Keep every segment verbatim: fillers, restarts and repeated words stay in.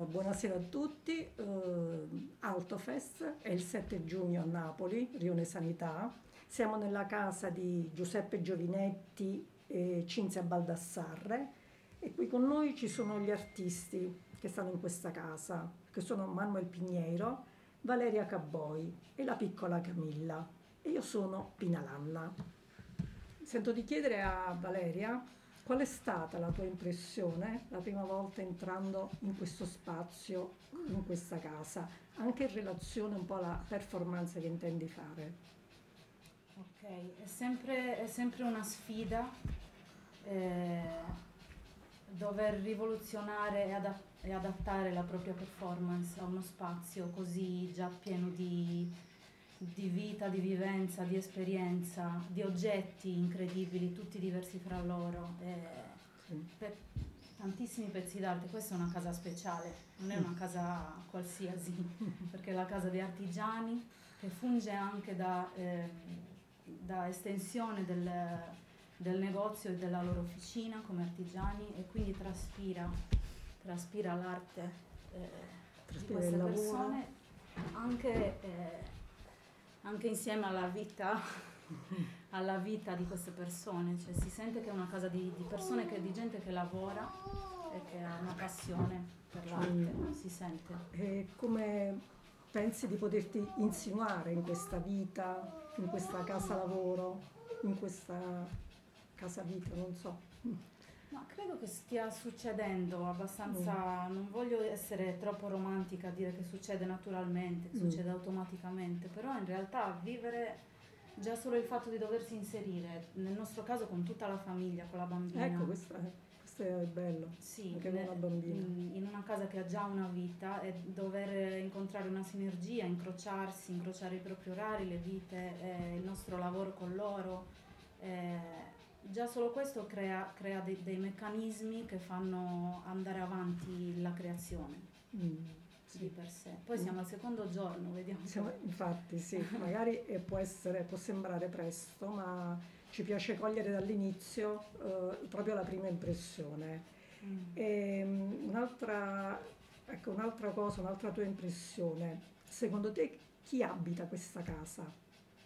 buonasera a tutti. Eh, Altofest è il sette giugno a Napoli, Rione Sanità. Siamo nella casa di Giuseppe Giovinetti e Cinzia Baldassarre e qui con noi ci sono gli artisti che stanno in questa casa, che sono Manuel Pigneiro, Valeria Caboi e la piccola Camilla. E io sono Pina Lanna. Sento di chiedere a Valeria qual è stata la tua impressione la prima volta entrando in questo spazio, in questa casa, anche in relazione un po' alla performance che intendi fare. Ok, è sempre, è sempre una sfida eh, dover rivoluzionare e, ada- e adattare la propria performance a uno spazio così già pieno di, di vita, di vivenza, di esperienza, di oggetti incredibili, tutti diversi fra loro. eh, Sì. per tantissimi pezzi d'arte. Questa è una casa speciale, non è una casa qualsiasi, perché è la casa di artigiani che funge anche da, eh, da estensione del, del negozio e della loro officina come artigiani, e quindi traspira, traspira l'arte eh, di Traspira queste il lavoro. persone, anche, eh, anche insieme alla vita alla vita di queste persone, cioè si sente che è una casa di, di persone, che, di gente che lavora e che ha una passione per l'arte, si sente. E come pensi di poterti insinuare in questa vita, in questa casa lavoro, in questa casa vita, non so. Ma credo che stia succedendo abbastanza, non voglio essere troppo romantica a dire che succede naturalmente, che Mm. succede automaticamente, però in realtà vivere già solo il fatto di doversi inserire, nel nostro caso con tutta la famiglia, con la bambina. Ecco, questo è, questo è bello, Sì, anche ne- con una bambina. in in una casa che ha già una vita, e dover incontrare una sinergia, incrociarsi, incrociare i propri orari, le vite, eh, il nostro lavoro con loro, eh, già solo questo crea, crea dei, dei meccanismi che fanno andare avanti la creazione Mm, di sì. per sé. Poi siamo al secondo giorno, vediamo. Siamo- infatti sì, magari eh, può essere, può sembrare presto, ma ci piace cogliere dall'inizio eh, proprio la prima impressione. Mm. E, mm, un'altra, ecco, un'altra cosa, un'altra tua impressione, secondo te chi abita questa casa?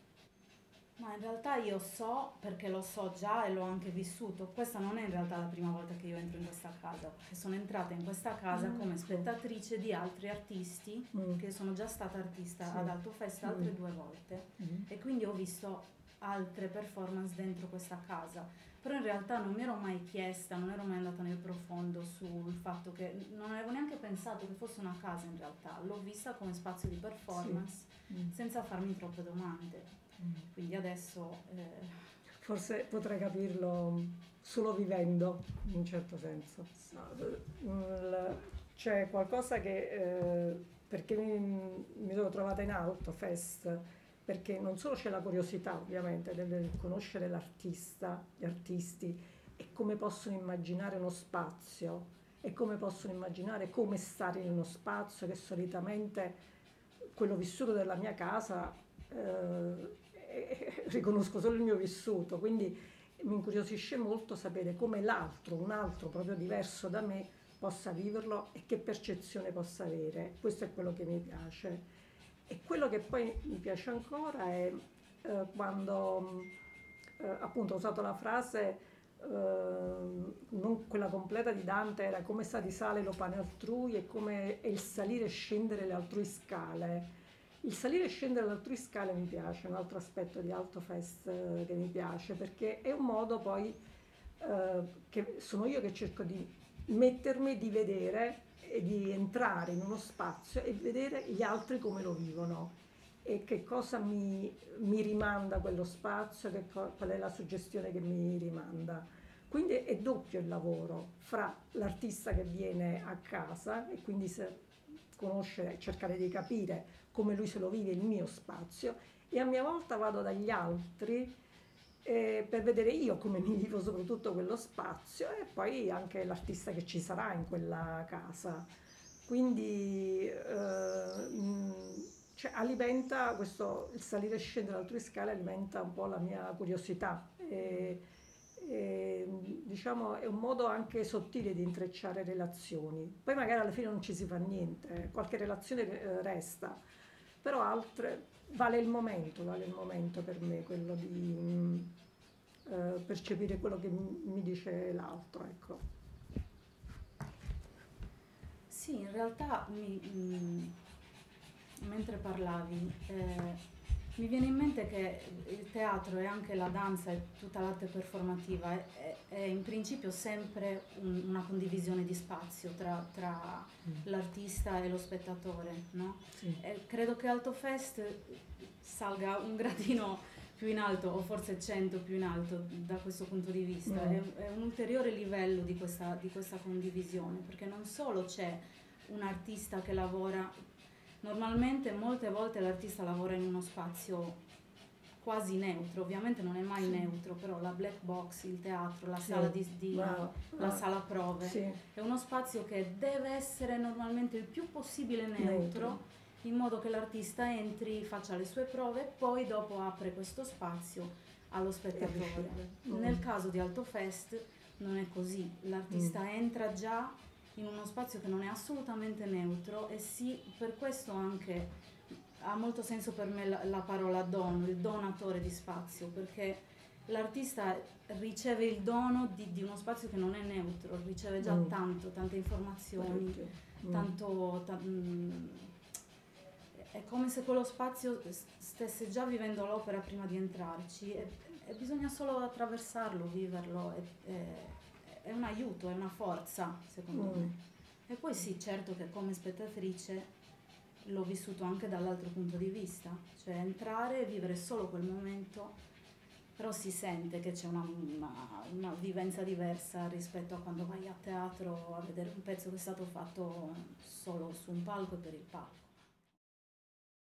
Ma in realtà io so, perché lo so già e l'ho anche vissuto, questa non è in realtà la prima volta che io entro in questa casa, perché sono entrata in questa casa Ah, come ecco. spettatrice di altri artisti, Mm. che sono già stata artista Sì. ad Altofest altre Mm. due volte, Mm. e quindi ho visto altre performance dentro questa casa, però in realtà non mi ero mai chiesta, non ero mai andata nel profondo sul fatto che, non avevo neanche pensato che fosse una casa in realtà, l'ho vista come spazio di performance Mm. senza farmi troppe domande. Mm. Quindi adesso eh, Forse potrei capirlo solo vivendo, in un certo senso. No, il- c'è qualcosa che, eh, perché mi, mi sono trovata in Altofest, perché non solo c'è la curiosità ovviamente del conoscere l'artista, gli artisti e come possono immaginare uno spazio e come possono immaginare come stare in uno spazio che solitamente quello vissuto della mia casa, eh, eh, riconosco solo il mio vissuto, quindi mi incuriosisce molto sapere come l'altro, un altro proprio diverso da me, possa viverlo e che percezione possa avere. Questo è quello che mi piace. E quello che poi mi piace ancora è eh, quando mh, eh, appunto ho usato la frase, eh, non quella completa di Dante, era come sa di sale lo pane altrui e come è il salire e scendere le altrui scale. Il salire e scendere le altrui scale mi piace, è un altro aspetto di Altofest eh, che mi piace, perché è un modo poi eh, che sono io che cerco di mettermi, di vedere e di entrare in uno spazio e vedere gli altri come lo vivono e che cosa mi, mi rimanda quello spazio, che co- qual è la suggestione che mi rimanda. Quindi è doppio il lavoro fra l'artista che viene a casa e quindi se conoscere, cercare di capire come lui se lo vive il mio spazio, e a mia volta vado dagli altri eh, per vedere io come mi vivo soprattutto quello spazio e poi anche l'artista che ci sarà in quella casa. Quindi eh, mh, cioè, alimenta questo, il salire e scendere altre scale alimenta un po' la mia curiosità e, e, diciamo, è un modo anche sottile di intrecciare relazioni. Poi magari alla fine non ci si fa niente, qualche relazione eh, resta, però altre vale il momento, vale il momento per me quello di mm, eh, percepire quello che mi mi dice l'altro, ecco. Sì, in realtà mi, mm, mentre parlavi, eh, mi viene in mente che il teatro e anche la danza e tutta l'arte performativa è, è- è in principio sempre un- una condivisione di spazio tra, tra Mm. l'artista e lo spettatore, no? Sì. E credo che Altofest salga un gradino più in alto, o forse cento più in alto da questo punto di vista. Mm. È, è un ulteriore livello di questa, di questa condivisione, perché non solo c'è un artista che lavora, normalmente molte volte l'artista lavora in uno spazio quasi neutro, ovviamente non è mai Sì. neutro, però la black box, il teatro, la Sì, sala di, di- brava, la brava. sala prove, Sì, è uno spazio che deve essere normalmente il più possibile neutro, neutro. in modo che l'artista entri, faccia le sue prove e poi dopo apre questo spazio allo spettatore. riceve. Mm. Nel caso di Altofest non è così, l'artista Mm. entra già in uno spazio che non è assolutamente neutro e sì, per questo anche ha molto senso per me la, la parola dono, il donatore di spazio, perché l'artista riceve il dono di, di uno spazio che non è neutro, riceve già Mm. tanto, tante informazioni, Parecchio. Mm. tanto, ta- mm, è come se quello spazio s- stesse già vivendo l'opera prima di entrarci e, e bisogna solo attraversarlo, viverlo, è, è- è un aiuto, è una forza secondo Mm. me. E poi sì, certo che come spettatrice l'ho vissuto anche dall'altro punto di vista, cioè entrare e vivere solo quel momento, però si sente che c'è una, una- una vivenza diversa rispetto a quando vai a teatro a vedere un pezzo che è stato fatto solo su un palco e per il palco.